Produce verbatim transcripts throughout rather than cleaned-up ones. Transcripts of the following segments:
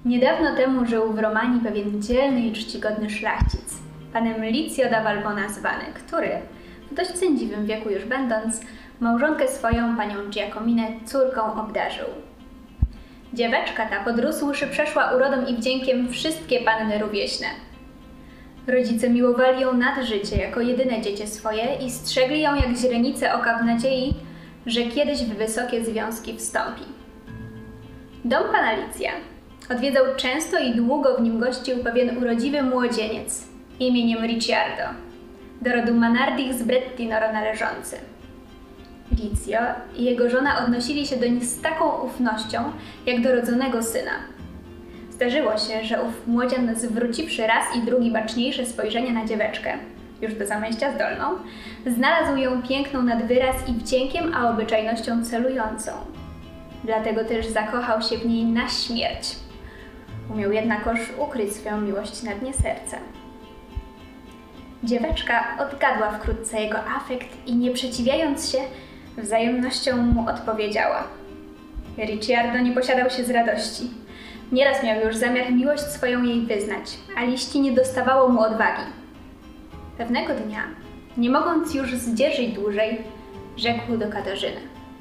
Niedawno temu żył w Romanii pewien dzielny i czcigodny szlachcic, panem Licio da Valbona zwany, który, w dość sędziwym wieku już będąc, małżonkę swoją, panią Giacominę, córką obdarzył. Dzieweczka ta, podrósłszy, przeszła urodą i wdziękiem wszystkie panny rówieśne. Rodzice miłowali ją nad życie jako jedyne dziecię swoje i strzegli ją jak źrenice oka w nadziei, że kiedyś w wysokie związki wstąpi. Dom pana Licia odwiedzał często i długo w nim gościł pewien urodziwy młodzieniec imieniem Ricciardo, do rodu Manardich z Brettinoro należący. Licio i jego żona odnosili się doń z taką ufnością, jak do rodzonego syna. Zdarzyło się, że ów młodzian, zwróciwszy raz i drugi baczniejsze spojrzenie na dzieweczkę, już do zamęścia zdolną, znalazł ją piękną nad wyraz i wdziękiem, a obyczajnością celującą. Dlatego też zakochał się w niej na śmierć. Umiał jednakoż ukryć swoją miłość na dnie serca. Dzieweczka odgadła wkrótce jego afekt i nie przeciwiając się, wzajemnością mu odpowiedziała. Ricciardo nie posiadał się z radości. Nieraz miał już zamiar miłość swoją jej wyznać, a liści nie dostawało mu odwagi. Pewnego dnia, nie mogąc już zdzierżyć dłużej, rzekł do Katarzyny.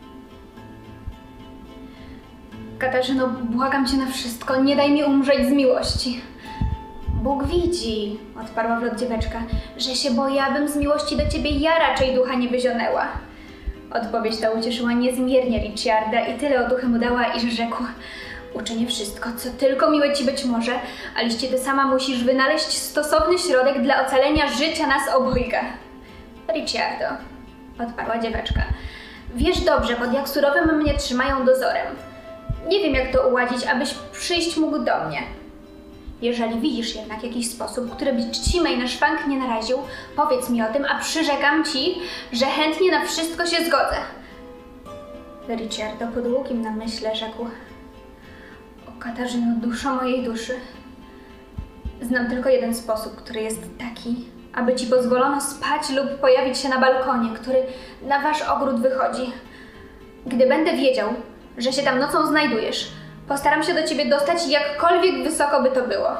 Katarzyno, błagam cię na wszystko, nie daj mi umrzeć z miłości. Bóg widzi, odparła wlot dzieweczka, że się boję, abym z miłości do ciebie ja raczej ducha nie wyzionęła. Odpowiedź ta ucieszyła niezmiernie Ricciarda i tyle otuchy mu dała, iż rzekł: uczynię wszystko, co tylko miłe ci być może, a liście ty sama musisz wynaleźć stosowny środek dla ocalenia życia nas obojga. Ricciardo, odparła dzieweczka, wiesz dobrze, pod jak surowym mnie trzymają dozorem. Nie wiem, jak to uładzić, abyś przyjść mógł do mnie. Jeżeli widzisz jednak jakiś sposób, który by czci mej na szwank nie naraził, powiedz mi o tym, a przyrzekam ci, że chętnie na wszystko się zgodzę. Ricciardo po długim namyśle rzekł: o Katarzyno, duszo mojej duszy, znam tylko jeden sposób, który jest taki, aby ci pozwolono spać lub pojawić się na balkonie, który na wasz ogród wychodzi. Gdy będę wiedział, że się tam nocą znajdujesz, postaram się do ciebie dostać, jakkolwiek wysoko by to było.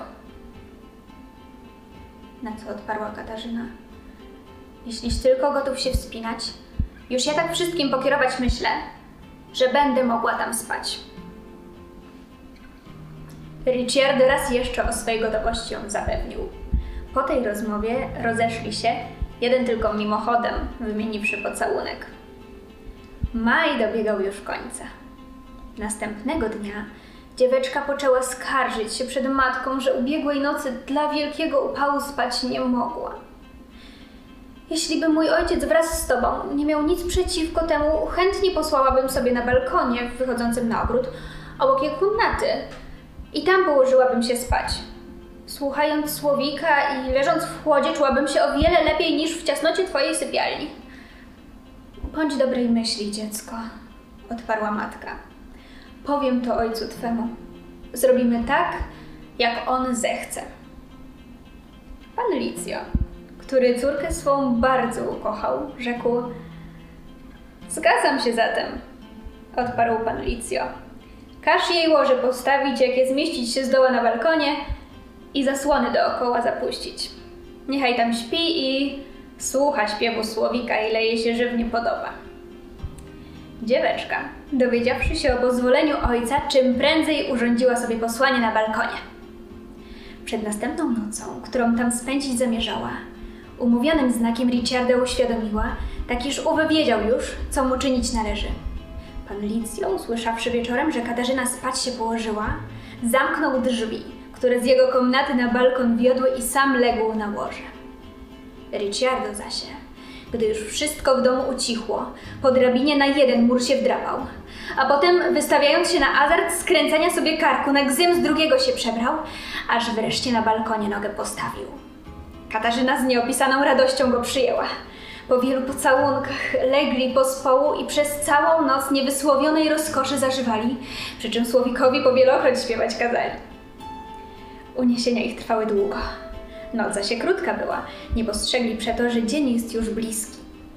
Na co odparła Katarzyna: jeśliś tylko gotów się wspinać, już ja tak wszystkim pokierować myślę, że będę mogła tam spać. Ricciardo raz jeszcze o swej gotowości ją zapewnił. Po tej rozmowie rozeszli się, jeden tylko mimochodem, wymieniwszy pocałunek. Maj dobiegał już końca. Następnego dnia dzieweczka poczęła skarżyć się przed matką, że ubiegłej nocy dla wielkiego upału spać nie mogła. Jeśli by mój ojciec wraz z tobą nie miał nic przeciwko temu, chętnie posłałabym sobie na balkonie wychodzącym na ogród obok jej komnaty i tam położyłabym się spać. Słuchając słowika i leżąc w chłodzie, czułabym się o wiele lepiej niż w ciasnocie twojej sypialni. Bądź dobrej myśli, dziecko, odparła matka. Powiem to ojcu twemu. Zrobimy tak, jak on zechce. Pan Licio, który córkę swą bardzo ukochał, rzekł: zgadzam się zatem, odparł pan Licio. Każ jej łoże postawić, jak je zmieścić się zdoła na balkonie i zasłony dookoła zapuścić. Niechaj tam śpi i słucha śpiewu słowika, ile jej się żywnie podoba. Dzieweczka, dowiedziawszy się o pozwoleniu ojca, czym prędzej urządziła sobie posłanie na balkonie. Przed następną nocą, którą tam spędzić zamierzała, umówionym znakiem Ricciarda uświadomiła, tak iż ów wiedział już, co mu czynić należy. Pan Licio, usłyszawszy wieczorem, że Katarzyna spać się położyła, zamknął drzwi, które z jego komnaty na balkon wiodły, i sam legł na łoże. Ricciardo zaś, gdy już wszystko w domu ucichło, po drabinie na jeden mur się wdrapał, a potem, wystawiając się na azart skręcania sobie karku, na gzym z drugiego się przebrał, aż wreszcie na balkonie nogę postawił. Katarzyna z nieopisaną radością go przyjęła. Po wielu pocałunkach legli pospołu i przez całą noc niewysłowionej rozkoszy zażywali, przy czym słowikowi po wielokroć śpiewać kazali. Uniesienia ich trwały długo. Noc zaś krótka była, nie postrzegli przeto, że dzień jest już bliski.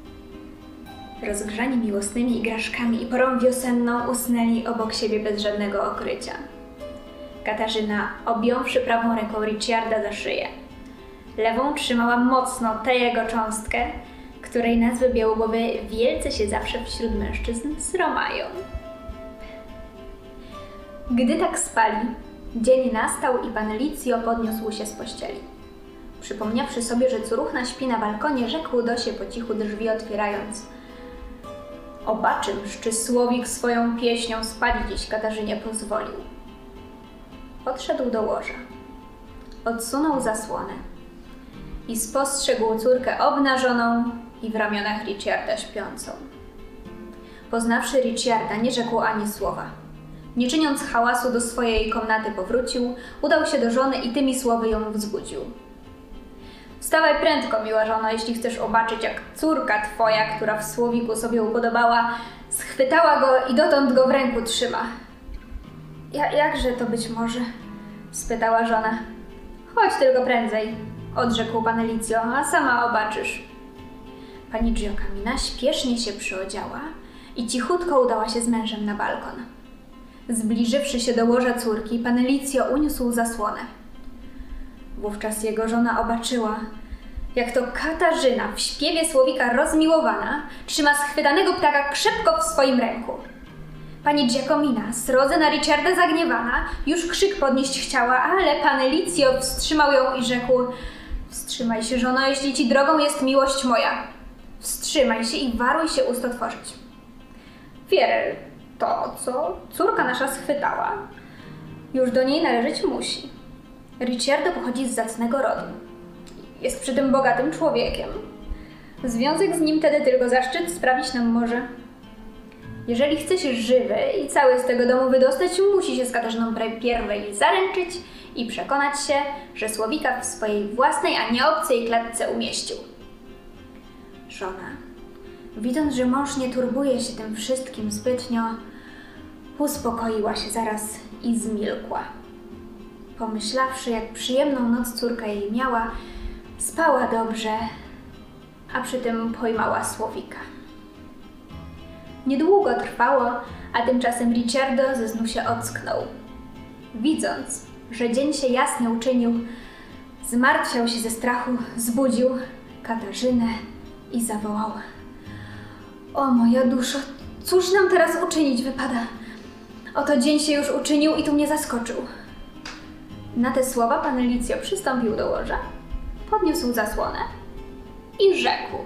Rozgrzani miłosnymi igraszkami i porą wiosenną usnęli obok siebie bez żadnego okrycia. Katarzyna, objąwszy prawą ręką Ricciarda za szyję. Lewą trzymała mocno tę jego cząstkę, której nazwy Białogłowy wielce się zawsze wśród mężczyzn sromają. Gdy tak spali, dzień nastał i pan Licjo podniósł się z pościeli. Przypomniawszy sobie, że córuchna śpi na balkonie, rzekł Dosie po cichu drzwi otwierając: obaczym, czy Słowik swoją pieśnią spać dziś Katarzynie pozwolił. Podszedł do łoża, odsunął zasłonę i spostrzegł córkę obnażoną i w ramionach Ricciarda śpiącą. Poznawszy Ricciarda, nie rzekł ani słowa. Nie czyniąc hałasu, do swojej komnaty powrócił, udał się do żony i tymi słowy ją wzbudził. Wstawaj prędko, miła żono, jeśli chcesz obaczyć, jak córka twoja, która w Słowiku sobie upodobała, schwytała go i dotąd go w ręku trzyma. Ja, jakże to być może? Spytała żona. Chodź tylko prędzej, odrzekł pan Licjo, a sama obaczysz. Pani Giacomina śpiesznie się przyodziała i cichutko udała się z mężem na balkon. Zbliżywszy się do łoża córki, pan Licjo uniósł zasłonę. Wówczas jego żona obaczyła, jak to Katarzyna w śpiewie Słowika rozmiłowana trzyma schwytanego ptaka krzepko w swoim ręku. Pani Giacomina, srodze na Ricciarda zagniewana, już krzyk podnieść chciała, ale pan Licjo wstrzymał ją i rzekł: wstrzymaj się, żono, jeśli ci drogą jest miłość moja. Wstrzymaj się i waruj się ust otworzyć. Wierę, to, co córka nasza schwytała, już do niej należeć musi. Ricciardo pochodzi z zacnego rodu. Jest przy tym bogatym człowiekiem. Związek z nim tedy tylko zaszczyt sprawić nam może. Jeżeli chce się żywy i cały z tego domu wydostać, musi się z Katarzyną pierwej zaręczyć i przekonać się, że Słowika w swojej własnej, a nie obcej klatce umieścił. Żona, widząc, że mąż nie turbuje się tym wszystkim zbytnio, uspokoiła się zaraz i zmilkła. Pomyślawszy, jak przyjemną noc córka jej miała, spała dobrze, a przy tym pojmała Słowika. Niedługo trwało, a tymczasem Ricciardo ze snu się ocknął. Widząc, że dzień się jasny uczynił, zmartwiał się ze strachu, zbudził Katarzynę i zawołał: o moja duszo, cóż nam teraz uczynić wypada? Oto dzień się już uczynił i tu mnie zaskoczył. Na te słowa pan Licjo przystąpił do łoża, podniósł zasłonę i rzekł: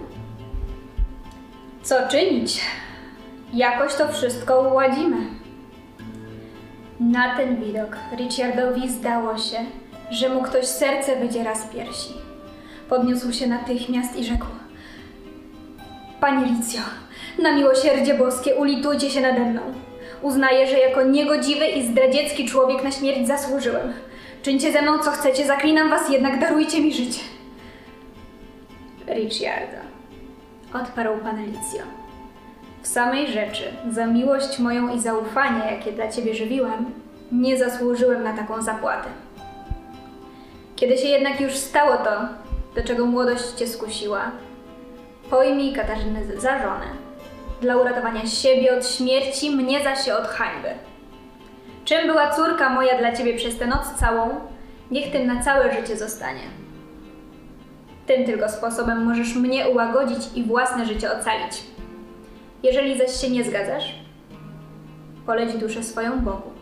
co czynić? Jakoś to wszystko uładzimy. Na ten widok Ricciardowi zdało się, że mu ktoś serce wydziera z piersi. Podniósł się natychmiast i rzekł: panie Licjo, na miłosierdzie boskie ulitujcie się nade mną. Uznaję, że jako niegodziwy i zdradziecki człowiek na śmierć zasłużyłem. Czyńcie ze mną co chcecie, zaklinam was, jednak darujcie mi życie. Ricciardo, odparł pan Licjo, w samej rzeczy, za miłość moją i zaufanie, jakie dla ciebie żywiłem, nie zasłużyłem na taką zapłatę. Kiedy się jednak już stało to, do czego młodość cię skusiła, pojmij Katarzynę za żonę, dla uratowania siebie od śmierci, mnie zaś od hańby. Czym była córka moja dla ciebie przez tę noc całą, niech tym na całe życie zostanie. Tym tylko sposobem możesz mnie ułagodzić i własne życie ocalić. Jeżeli zaś się nie zgadzasz, poleć duszę swoją Bogu.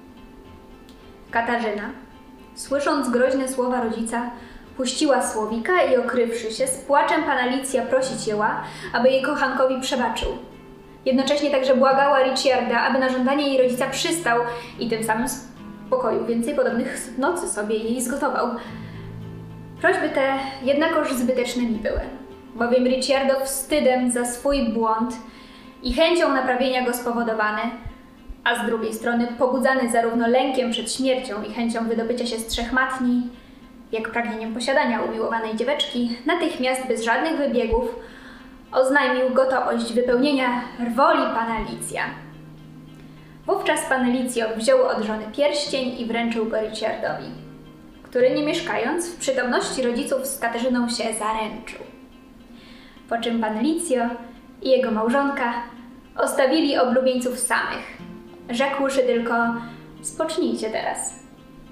Katarzyna, słysząc groźne słowa rodzica, puściła Słowika i okrywszy się, z płaczem pana Licja prosić jęła, aby jej kochankowi przebaczył. Jednocześnie także błagała Ricciarda, aby na żądanie jej rodzica przystał i tym samym spokoju więcej podobnych nocy sobie jej zgotował. Prośby te jednakoż zbyteczne mi były, bowiem Ricciardo wstydem za swój błąd i chęcią naprawienia go spowodowany, a z drugiej strony pobudzany zarówno lękiem przed śmiercią i chęcią wydobycia się z trzech matni, jak pragnieniem posiadania umiłowanej dzieweczki, natychmiast bez żadnych wybiegów oznajmił gotowość wypełnienia woli pana Licja. Wówczas pan Licjo wziął od żony pierścień i wręczył go Ricciardowi, który nie mieszkając w przytomności rodziców z Katarzyną się zaręczył. Po czym pan Licjo i jego małżonka ostawili oblubieńców samych, rzekłszy tylko: spocznijcie teraz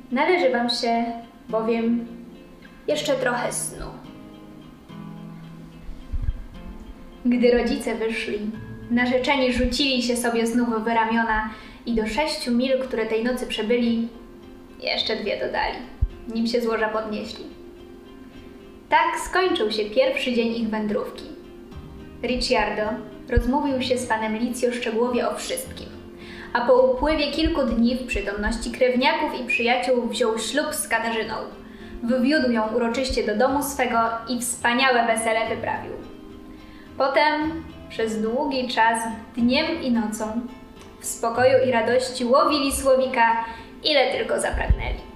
Należy wam się bowiem jeszcze trochę snu. Gdy rodzice wyszli, narzeczeni rzucili się sobie znów w ramiona i do sześciu mil, które tej nocy przebyli, jeszcze dwie dodali, nim się z łoża podnieśli. Tak skończył się pierwszy dzień ich wędrówki. Ricciardo rozmówił się z panem Licio szczegółowo o wszystkim, a po upływie kilku dni w przytomności krewniaków i przyjaciół wziął ślub z Katarzyną. Wywiódł ją uroczyście do domu swego i wspaniałe wesele wyprawił. Potem przez długi czas, dniem i nocą, w spokoju i radości łowili słowika, ile tylko zapragnęli.